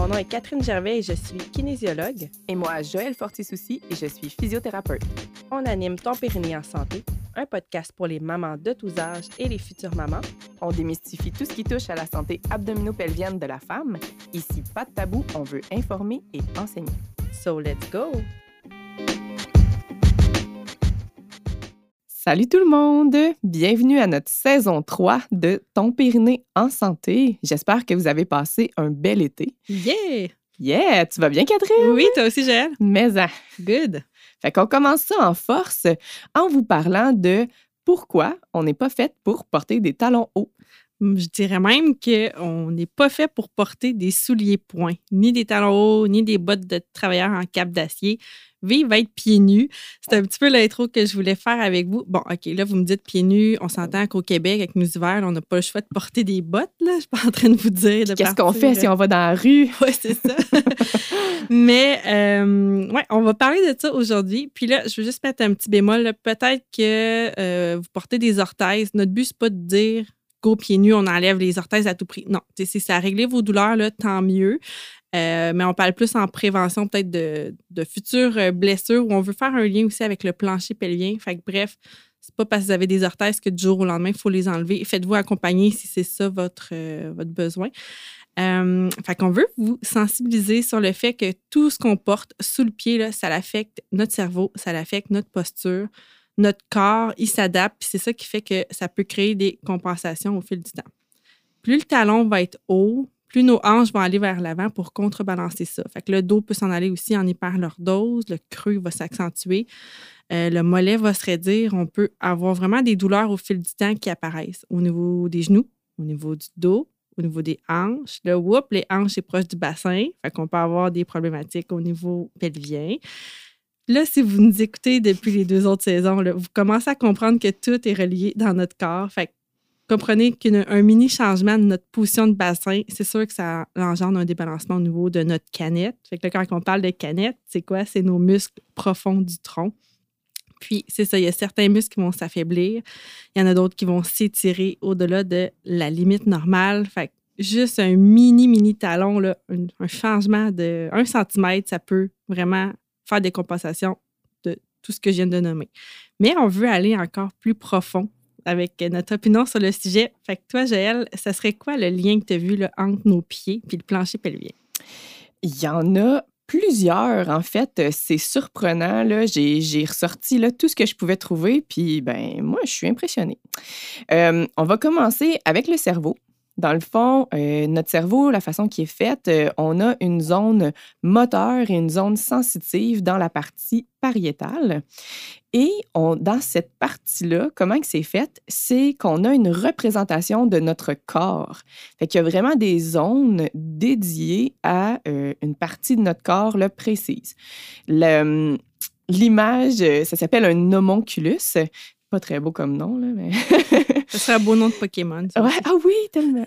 Mon nom est Catherine Gervais et je suis kinésiologue. Et moi, Joëlle Fortisouci et je suis physiothérapeute. On anime Ton Périnée en santé, un podcast pour les mamans de tous âges et les futures mamans. On démystifie tout ce qui touche à la santé abdominopelvienne de la femme. Ici, pas de tabou, on veut informer et enseigner. So let's go! Salut tout le monde! Bienvenue à notre saison 3 de Ton Périnée en santé. J'espère que vous avez passé un bel été. Yeah! Yeah! Tu vas bien, Catherine? Oui, toi aussi, Joëlle? Mais Good! Fait qu'on commence ça en force en vous parlant de pourquoi on n'est pas fait pour porter des talons hauts. Je dirais même qu'on n'est pas fait pour porter des souliers points, ni des talons hauts, ni des bottes de travailleurs en cape d'acier. Vive être pieds nus. C'est un petit peu l'intro que je voulais faire avec vous. Bon, OK, là, vous me dites pieds nus. On s'entend qu'au Québec, avec nos hivers, on n'a pas le choix de porter des bottes. Là. Je suis pas en train de vous dire de Qu'est-ce qu'on fait si on va dans la rue? Oui, c'est ça. Mais, ouais, on va parler de ça aujourd'hui. Puis là, je veux juste mettre un petit bémol. Là. Peut-être que vous portez des orthèses. Notre but, c'est pas de dire go pieds nus, on enlève les orthèses à tout prix. Non, si ça a réglé vos douleurs, là, tant mieux. Mais on parle plus en prévention peut-être de futures blessures où on veut faire un lien aussi avec le plancher pelvien. Fait que bref, c'est pas parce que vous avez des orthèses que du jour au lendemain, il faut les enlever. Faites-vous accompagner si c'est ça votre besoin. Fait qu'on veut vous sensibiliser sur le fait que tout ce qu'on porte sous le pied, là, ça affecte notre cerveau, ça affecte notre posture, notre corps, il s'adapte. Puis c'est ça qui fait que ça peut créer des compensations au fil du temps. Plus le talon va être haut, plus nos hanches vont aller vers l'avant pour contrebalancer ça. Fait que le dos peut s'en aller aussi en hyperlordose, le creux va s'accentuer, le mollet va se raidir. On peut avoir vraiment des douleurs au fil du temps qui apparaissent au niveau des genoux, au niveau du dos, au niveau des hanches. Là, les hanches, c'est proche du bassin. Fait qu'on peut avoir des problématiques au niveau pelvien. Là, si vous nous écoutez depuis les 2 autres saisons, là, vous commencez à comprendre que tout est relié dans notre corps. Fait que comprenez qu'un mini changement de notre position de bassin, c'est sûr que ça engendre un débalancement au niveau de notre canette. Fait que là, quand on parle de canette, c'est quoi? C'est nos muscles profonds du tronc. Puis, c'est ça, il y a certains muscles qui vont s'affaiblir. Il y en a d'autres qui vont s'étirer au-delà de la limite normale. Fait que juste un mini talon, là, un changement de 1 cm, ça peut vraiment faire des compensations de tout ce que je viens de nommer. Mais on veut aller encore plus profond avec notre opinion sur le sujet. Fait que toi, Joëlle, ça serait quoi le lien que tu as vu là, entre nos pieds et le plancher pelvien? Il y en a plusieurs, en fait. C'est surprenant. Là. J'ai ressorti là, tout ce que je pouvais trouver, puis ben moi, je suis impressionnée. On va commencer avec le cerveau. Dans le fond, notre cerveau, la façon qu'il est faite, on a une zone moteur et une zone sensitive dans la partie pariétale. Et dans cette partie-là, comment que c'est fait? C'est qu'on a une représentation de notre corps. Fait qu'il y a vraiment des zones dédiées à une partie de notre corps là, précise. L'image, ça s'appelle un homonculus. Pas très beau comme nom, là, mais... Ça serait un beau nom de Pokémon. Ça. Ouais, ah oui, tellement!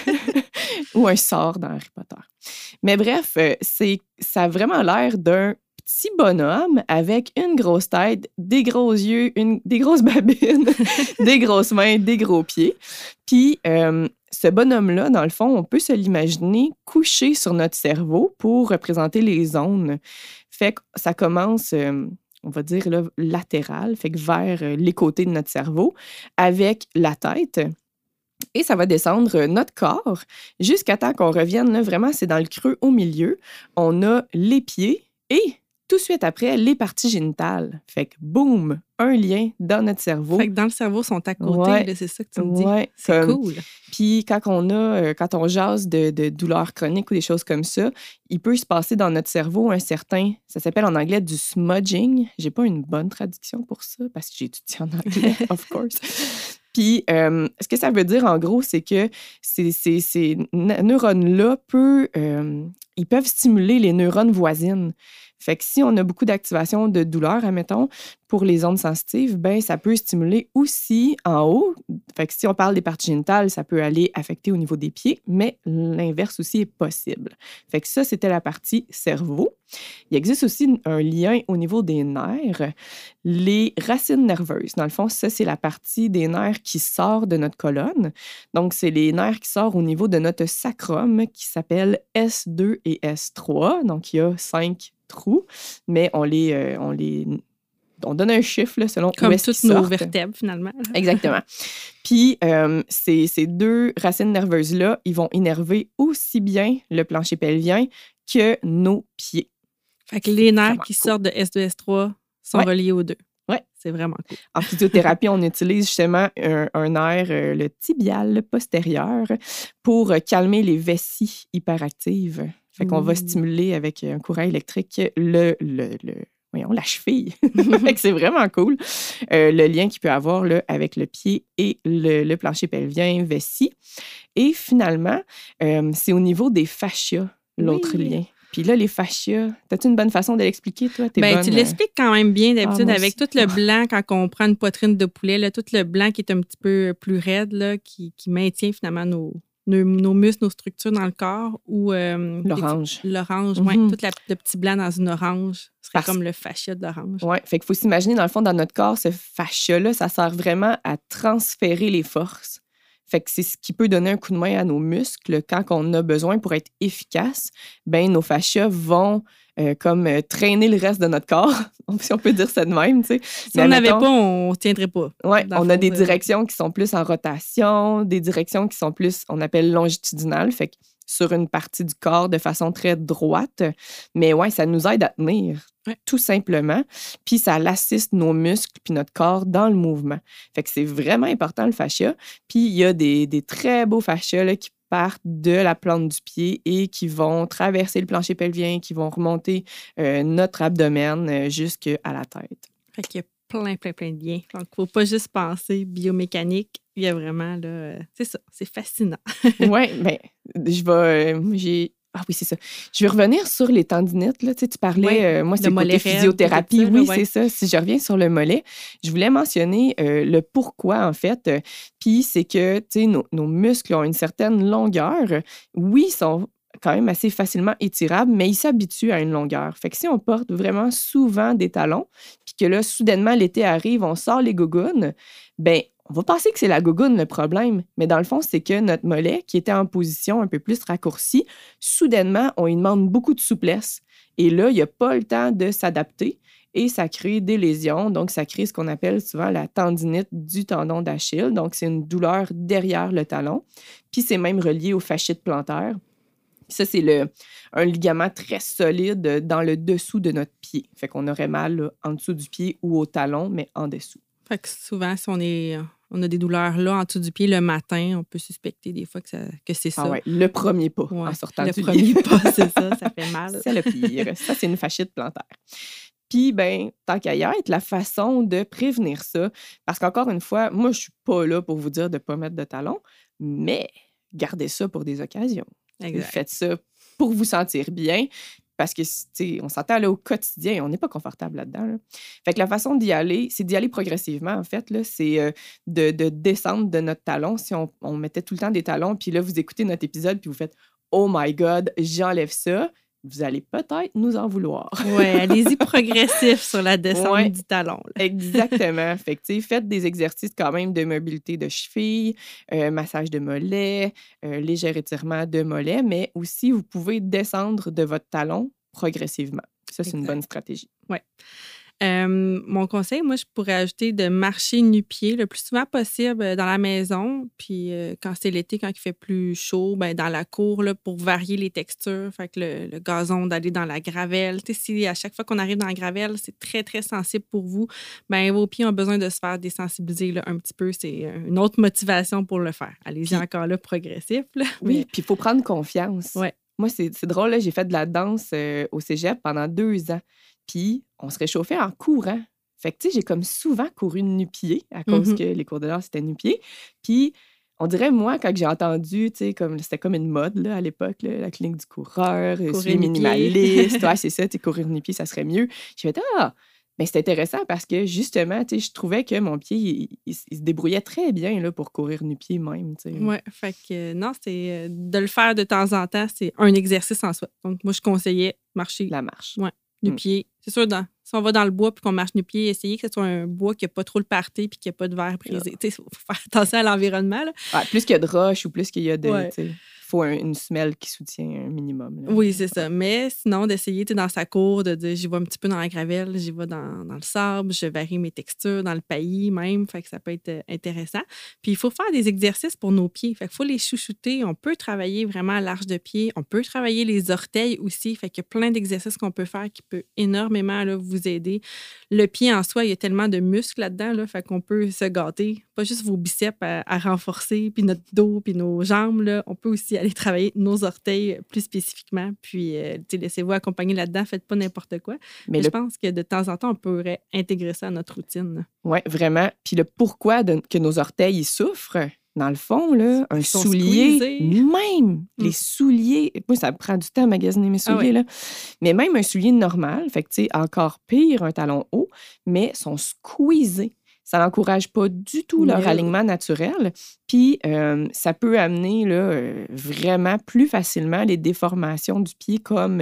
Ou un sort dans Harry Potter. Mais bref, ça a vraiment l'air d'un petit bonhomme avec une grosse tête, des gros yeux, des grosses babines, des grosses mains, des gros pieds. Puis, ce bonhomme-là, dans le fond, on peut se l'imaginer couché sur notre cerveau pour représenter les zones. Fait que ça commence... on va dire là, latéral, fait que vers les côtés de notre cerveau, avec la tête. Et ça va descendre notre corps jusqu'à temps qu'on revienne, là, vraiment, c'est dans le creux au milieu. On a les pieds et tout de suite après, les parties génitales. Fait que boum, un lien dans notre cerveau. Fait que dans le cerveau, ils sont à côté, ouais, là, c'est ça que tu me dis. Ouais, c'est cool. Puis quand on jase de douleurs chroniques ou des choses comme ça, il peut se passer dans notre cerveau ça s'appelle en anglais du smudging. J'ai pas une bonne traduction pour ça parce que j'ai étudié en anglais, of course. Puis, ce que ça veut dire, en gros, c'est que ces neurones-là ils peuvent stimuler les neurones voisines. Fait que si on a beaucoup d'activation de douleur, admettons, pour les zones sensitives, ben ça peut stimuler aussi en haut. Fait que si on parle des parties génitales, ça peut aller affecter au niveau des pieds, mais l'inverse aussi est possible. Fait que ça, c'était la partie cerveau. Il existe aussi un lien au niveau des nerfs. Les racines nerveuses, dans le fond, ça, c'est la partie des nerfs qui sort de notre colonne. Donc, c'est les nerfs qui sortent au niveau de notre sacrum qui s'appelle S2 et S3. Donc, il y a 5 trous, mais on donne un chiffre là, selon comme où est-ce toutes qu'ils nos sortent. vertèbres, finalement. Exactement. Puis, ces 2 racines nerveuses-là, ils vont innerver aussi bien le plancher pelvien que nos pieds. Fait que les nerfs qui cool. sortent de S2, S3 sont Ouais. reliés aux 2. Ouais. C'est vraiment cool. En physiothérapie, on utilise justement un nerf, le tibial postérieur, pour calmer les vessies hyperactives. Fait qu'on va stimuler avec un courant électrique la cheville. Fait que c'est vraiment cool. Le lien qu'il peut avoir là, avec le pied et le plancher pelvien, vessie. Et finalement, c'est au niveau des fascias, l'autre lien. Puis là, les fascias, t'as-tu une bonne façon de l'expliquer, toi? Tu l'expliques quand même bien d'habitude avec tout le blanc quand on prend une poitrine de poulet, là, tout le blanc qui est un petit peu plus raide, là, qui maintient finalement nos muscles, nos structures dans le corps. Ou l'orange. L'orange, oui. Tout le petit blanc dans une orange serait comme le fascia de l'orange. Oui, fait qu'il faut s'imaginer, dans le fond, dans notre corps, ce fascia-là, ça sert vraiment à transférer les forces. Fait que c'est ce qui peut donner un coup de main à nos muscles quand on a besoin pour être efficace. Ben nos fascias vont traîner le reste de notre corps, si on peut dire ça de même. Tu sais. Si on n'avait pas, on ne tiendrait pas. Oui, on a des directions qui sont plus en rotation, des directions qui sont plus, on appelle longitudinales, fait que sur une partie du corps de façon très droite. Mais ouais, ça nous aide à tenir, tout simplement. Puis ça assiste nos muscles puis notre corps dans le mouvement. Fait que c'est vraiment important, le fascia. Puis il y a des très beaux fascias là, qui partent de la plante du pied et qui vont traverser le plancher pelvien, qui vont remonter notre abdomen jusqu'à la tête. Fait qu'il y a plein de liens. Donc, il ne faut pas juste penser biomécanique. Il y a vraiment, là, c'est ça, c'est fascinant. Oui, bien, Ah oui, c'est ça. Je vais revenir sur les tendinites. Là. Tu parlais, moi, c'est côté physiothérapie. Oui, c'est ça. Si je reviens sur le mollet, je voulais mentionner le pourquoi, en fait. Puis c'est que, tu sais, nos muscles ont une certaine longueur. Oui, ils sont quand même assez facilement étirables, mais ils s'habituent à une longueur. Fait que si on porte vraiment souvent des talons, puis que là, soudainement, l'été arrive, on sort les gougounes, bien, on va penser que c'est la gougoune le problème, mais dans le fond, c'est que notre mollet, qui était en position un peu plus raccourcie, soudainement, on lui demande beaucoup de souplesse. Et là, il n'y a pas le temps de s'adapter et ça crée des lésions. Donc, ça crée ce qu'on appelle souvent la tendinite du tendon d'Achille. Donc, c'est une douleur derrière le talon. Puis, c'est même relié au fasciite plantaire. Ça, c'est un ligament très solide dans le dessous de notre pied. Fait qu'on aurait mal là, en dessous du pied ou au talon, mais en dessous. Fait que souvent, si on a des douleurs là, en dessous du pied, le matin, on peut suspecter des fois que c'est ça. Ah ouais, le premier pas en sortant du lit. Le premier pas, c'est ça fait mal. C'est le pire. Ça, c'est une fasciite plantaire. Puis, ben, tant qu'à y être, la façon de prévenir ça, parce qu'encore une fois, moi, je suis pas là pour vous dire de ne pas mettre de talons, mais gardez ça pour des occasions. Exact. Faites ça pour vous sentir bien. Parce que, tu sais, on s'entend là, au quotidien, on n'est pas confortable là-dedans. Là. Fait que la façon d'y aller, c'est d'y aller progressivement, en fait. Là, c'est de descendre de notre talon. Si on mettait tout le temps des talons, puis là, vous écoutez notre épisode, puis vous faites « Oh my God, j'enlève ça », vous allez peut-être nous en vouloir. Oui, allez-y progressif sur la descente du talon. Là. Exactement. Fait que, tu sais, faites des exercices quand même de mobilité de cheville, massage de mollet, léger étirement de mollet, mais aussi, vous pouvez descendre de votre talon progressivement. Ça, c'est une bonne stratégie. Oui. Mon conseil, moi, je pourrais ajouter de marcher nu-pied le plus souvent possible dans la maison. Puis quand c'est l'été, quand il fait plus chaud, ben, dans la cour là, pour varier les textures. Fait que le gazon, d'aller dans la gravelle. Tu sais, si à chaque fois qu'on arrive dans la gravelle, c'est très, très sensible pour vous, ben, vos pieds ont besoin de se faire désensibiliser là, un petit peu. C'est une autre motivation pour le faire. Allez-y encore là, progressif. Là. Oui, puis il faut prendre confiance. Ouais. Moi, c'est drôle, là, j'ai fait de la danse au cégep pendant 2 ans. Puis, on se réchauffait en courant. Fait que, tu sais, j'ai comme souvent couru nu-pied à cause que les cours de danse, c'était nu-pied. Puis, On dirait, moi, quand j'ai entendu, tu sais, comme c'était comme une mode là, à l'époque, là, la clinique du coureur, Courir les nu-pied. minimalistes, ouais, c'est ça, tu sais, courir nu-pied, ça serait mieux. J'ai fait, ben, c'est intéressant parce que justement, tu sais, je trouvais que mon pied, il se débrouillait très bien là, pour courir nu-pied même, tu sais. Oui, fait que non, c'est de le faire de temps en temps, c'est un exercice en soi. Donc, moi, je conseillais marcher La marche. nu-pied. C'est sûr, si on va dans le bois puis qu'on marche nu-pied, essayez que ce soit un bois qui n'a pas trop le party puis qui n'a pas de verre brisé. Tu sais, il faut faire attention à l'environnement. Là. Ouais, plus qu'il y a de roches ou plus qu'il y a de. Ouais. Tu sais, il faut une semelle qui soutient un minimum. Là. Oui, c'est ça. Mais sinon, d'essayer dans sa cour, de dire j'y vais un petit peu dans la gravelle, j'y vais dans le sable, je varie mes textures, dans le paillis même. Fait que ça peut être intéressant. Puis il faut faire des exercices pour nos pieds. Fait qu'il faut les chouchouter. On peut travailler vraiment à l'arche de pied. On peut travailler les orteils aussi. Fait qu'il y a plein d'exercices qu'on peut faire qui peut énormément là, vous aider. Le pied en soi, il y a tellement de muscles là-dedans. Là, fait qu'on peut se gâter. Pas juste vos biceps à renforcer, puis notre dos, puis nos jambes. Là. On peut aussi aller travailler nos orteils plus spécifiquement. Puis, laissez-vous accompagner là-dedans. Faites pas n'importe quoi. Mais je pense que de temps en temps, on pourrait intégrer ça à notre routine. Oui, vraiment. Puis le pourquoi que nos orteils ils souffrent, dans le fond, là, un soulier, même les souliers, moi, ça me prend du temps à magasiner mes souliers, là. Mais même un soulier normal, fait que, tu sais, encore pire, un talon haut, mais sont squeezés. Ça n'encourage pas du tout leur alignement naturel. Puis, ça peut amener là, vraiment plus facilement les déformations du pied comme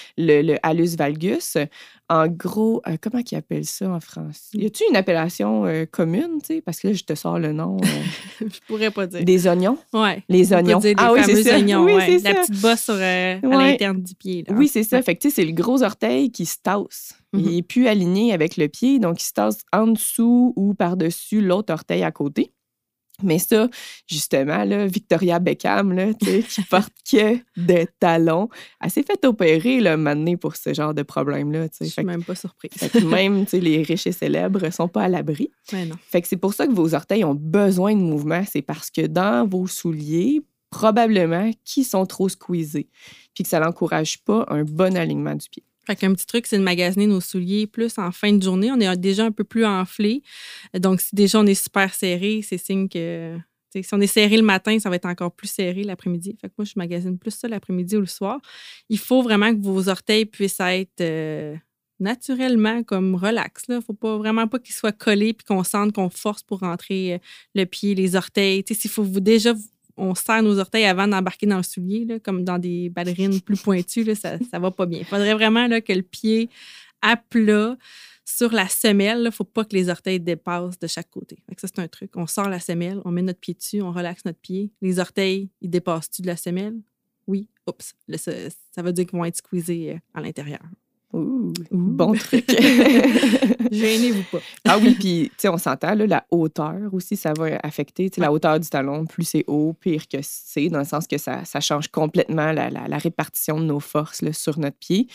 le hallus valgus. En gros, comment ils appellent ça en français? Y a-t-il une appellation commune? Parce que là, je te sors le nom. Je pourrais pas dire. Des oignons? Oui. Les oignons. Les fameux oignons. Oui, ouais. c'est La ça. petite bosse à l'interne du pied. Là. Oui, c'est ça. Fait que, tu sais, c'est le gros orteil qui se tasse. Il n'est plus aligné avec le pied, donc il se tasse en dessous ou par-dessus l'autre orteil à côté. Mais ça, justement, là, Victoria Beckham, là, qui porte que des talons, elle s'est fait opérer là, maintenant pour ce genre de problème-là. Je suis même pas surprise. Même les riches et célèbres ne sont pas à l'abri. Ouais, non. Fait que c'est pour ça que vos orteils ont besoin de mouvement. C'est parce que dans vos souliers, probablement, qu'ils sont trop squeezés, puis que ça n'encourage pas un bon alignement du pied. Fait qu'un petit truc, c'est de magasiner nos souliers plus en fin de journée. On est déjà un peu plus enflé. Donc, si déjà on est super serré, c'est signe que... Si on est serré le matin, ça va être encore plus serré l'après-midi. Fait que moi, je magasine plus ça l'après-midi ou le soir. Il faut vraiment que vos orteils puissent être naturellement comme relax. Il ne faut vraiment pas qu'ils soient collés puis qu'on sente qu'on force pour rentrer le pied, les orteils. S'il faut on serre nos orteils avant d'embarquer dans le soulier, là, comme dans des ballerines plus pointues, là, ça ne va pas bien. Il faudrait vraiment là, que le pied à plat sur la semelle, il ne faut pas que les orteils dépassent de chaque côté. Fait que ça, c'est un truc. On sort la semelle, on met notre pied dessus, on relaxe notre pied. Les orteils, ils dépassent-tu de la semelle? Oui. Oups. Là, ça veut dire qu'ils vont être squeezés à l'intérieur. Ouh. Bon truc. Gênez-vous pas. Ah oui, puis tu sais, on s'entend, là, la hauteur aussi, ça va affecter. La hauteur du talon, plus c'est haut, pire que c'est, dans le sens que ça change complètement la répartition de nos forces là, sur notre pied.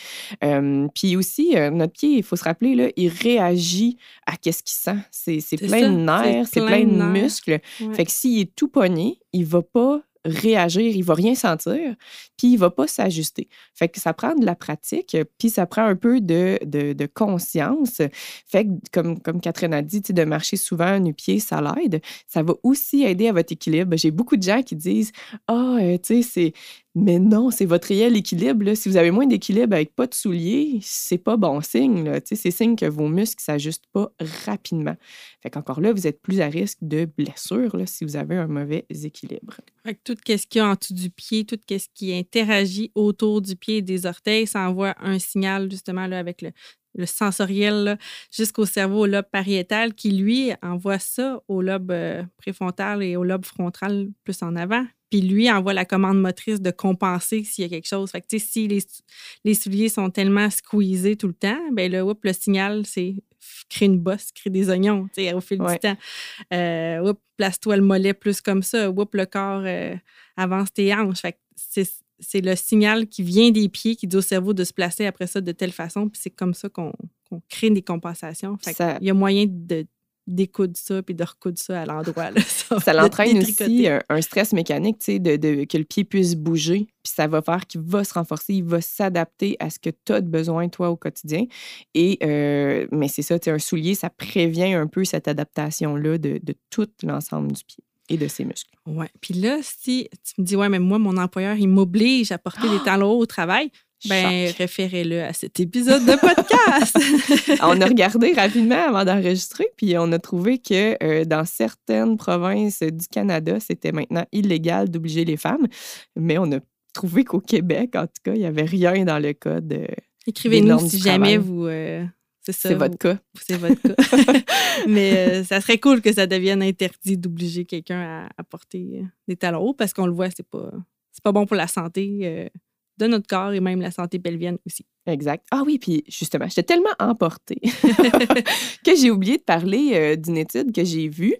Puis aussi, notre pied, il faut se rappeler, là, il réagit à qu'est-ce qu'il sent. C'est plein de nerfs, c'est plein de muscles. Ouais. Fait que s'il est tout pogné, il va pas réagir, il va rien sentir, puis il va pas s'ajuster. Fait que ça prend de la pratique, puis ça prend un peu de conscience. Fait que, comme Catherine a dit, de marcher souvent nu-pied, ça l'aide. Ça va aussi aider à votre équilibre. J'ai beaucoup de gens qui disent « Ah, tu sais, c'est... » Mais non, c'est votre réel équilibre. Là. Si vous avez moins d'équilibre avec pas de souliers, c'est pas bon signe. Là. C'est signe que vos muscles ne s'ajustent pas rapidement. Fait qu'encore là, vous êtes plus à risque de blessure là, si vous avez un mauvais équilibre. Fait que tout ce qu'il y a en dessous du pied, tout ce qui interagit autour du pied et des orteils, ça envoie un signal justement là, avec le sensoriel là, jusqu'au cerveau, au lobe pariétal, qui lui envoie ça au lobe préfrontal et au lobe frontal plus en avant. Puis lui envoie la commande motrice de compenser s'il y a quelque chose. Fait que, si les souliers sont tellement squeezés tout le temps, ben là, le signal, c'est créer une bosse, créer des oignons au fil du temps. Place-toi le mollet plus comme ça. Le corps avance tes hanches. Fait que c'est le signal qui vient des pieds qui dit au cerveau de se placer après ça de telle façon. Puis c'est comme ça qu'on crée des compensations. Fait il y a moyen d'écoudre ça puis de recoudre ça à l'endroit. Là, ça l'entraîne aussi un stress mécanique, que le pied puisse bouger. Puis ça va faire qu'il va se renforcer, il va s'adapter à ce que tu as de besoin, toi, au quotidien. Et, mais c'est ça, un soulier, ça prévient un peu cette adaptation-là de tout l'ensemble du pied. et de ses muscles. Ouais. Puis là, si tu me dis, ouais, mais moi, mon employeur, il m'oblige à porter des talons hauts au travail, référez-le à cet épisode de podcast. On a regardé rapidement avant d'enregistrer, puis on a trouvé que dans certaines provinces du Canada, c'était maintenant illégal d'obliger les femmes. Mais on a trouvé qu'au Québec, en tout cas, il n'y avait rien dans le code. Écrivez-nous si jamais vous... c'est votre cas. C'est votre cas. Mais ça serait cool que ça devienne interdit d'obliger quelqu'un à porter des talons hauts parce qu'on le voit, c'est pas bon pour la santé de notre corps et même la santé pelvienne aussi. Exact. Ah oui, puis justement, j'étais tellement emportée que j'ai oublié de parler d'une étude que j'ai vue.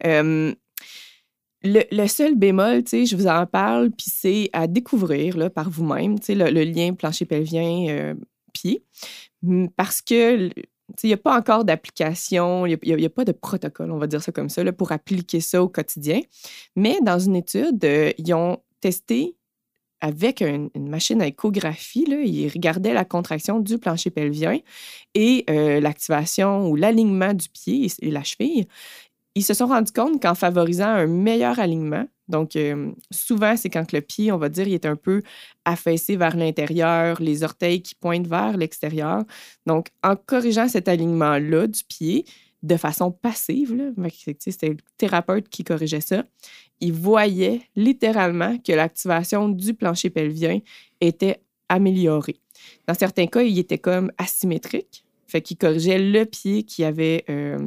Le seul bémol, tu sais, je vous en parle, puis c'est à découvrir là, par vous-même, tu sais, le lien plancher pelvien pied, parce que il n'y a pas encore d'application, il n'y a pas de protocole, on va dire ça comme ça, là, pour appliquer ça au quotidien. Mais dans une étude, ils ont testé avec une machine à échographie, là, ils regardaient la contraction du plancher pelvien et l'activation ou l'alignement du pied et la cheville. Ils se sont rendus compte qu'en favorisant un meilleur alignement, donc souvent, c'est quand le pied, on va dire, il est un peu affaissé vers l'intérieur, les orteils qui pointent vers l'extérieur. Donc, en corrigeant cet alignement-là du pied de façon passive, là, c'était le thérapeute qui corrigeait ça, il voyait littéralement que l'activation du plancher pelvien était améliorée. Dans certains cas, il était comme asymétrique, fait qu'il corrigeait le pied qui avait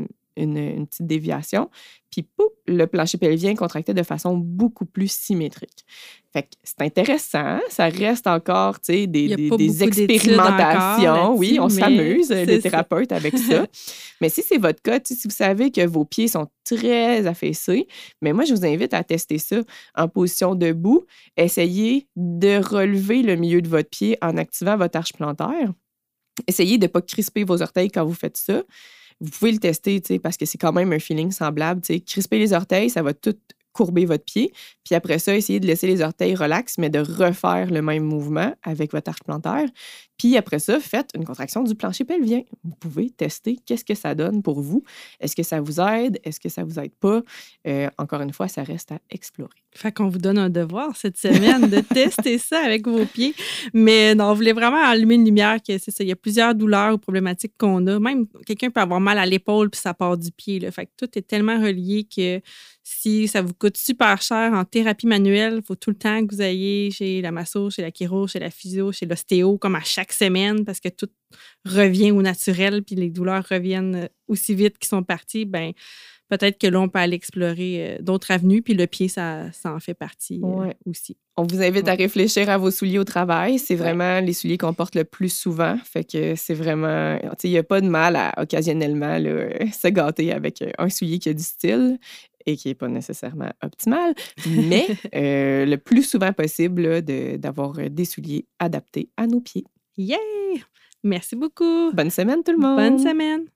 une petite déviation, puis pouf, le plancher pelvien contractait de façon beaucoup plus symétrique. Fait que c'est intéressant, ça reste encore, tu sais, des expérimentations. Oui, on s'amuse, les thérapeutes, avec ça. Mais si c'est votre cas, si vous savez que vos pieds sont très affaissés, mais moi, je vous invite à tester ça en position debout. Essayez de relever le milieu de votre pied en activant votre arche plantaire. Essayez de ne pas crisper vos orteils quand vous faites ça. Vous pouvez le tester, parce que c'est quand même un feeling semblable. Crisper les orteils, ça va tout courber votre pied. Puis après ça, essayez de laisser les orteils relax, mais de refaire le même mouvement avec votre arche plantaire. Puis après ça, faites une contraction du plancher pelvien. Vous pouvez tester qu'est-ce que ça donne pour vous. Est-ce que ça vous aide? Est-ce que ça vous aide pas? Encore une fois, ça reste à explorer. Fait qu'on vous donne un devoir cette semaine de tester ça avec vos pieds. Mais non, on voulait vraiment allumer une lumière que c'est ça. Il y a plusieurs douleurs ou problématiques qu'on a. Même quelqu'un peut avoir mal à l'épaule puis ça part du pied. Là. Fait que tout est tellement relié que si ça vous coûte super cher en thérapie manuelle, il faut tout le temps que vous ayez chez la masso, chez la chiro, chez la physio, chez l'ostéo, comme à chaque semaine, parce que tout revient au naturel puis les douleurs reviennent aussi vite qu'ils sont partis, ben peut-être que là, on peut aller explorer d'autres avenues, puis le pied, ça en fait partie aussi. On vous invite à réfléchir à vos souliers au travail. C'est vraiment les souliers qu'on porte le plus souvent. Fait que c'est vraiment... Il n'y a pas de mal à, occasionnellement, là, se gâter avec un soulier qui a du style et qui n'est pas nécessairement optimal, mais le plus souvent possible là, d'avoir des souliers adaptés à nos pieds. Yeah! Merci beaucoup! Bonne semaine tout le monde! Bonne semaine!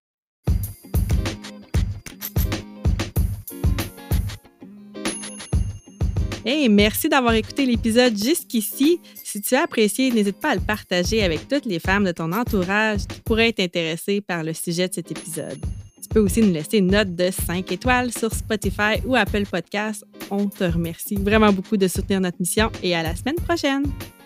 Hey, merci d'avoir écouté l'épisode jusqu'ici. Si tu as apprécié, n'hésite pas à le partager avec toutes les femmes de ton entourage qui pourraient être intéressées par le sujet de cet épisode. Tu peux aussi nous laisser une note de 5 étoiles sur Spotify ou Apple Podcasts. On te remercie vraiment beaucoup de soutenir notre mission et à la semaine prochaine!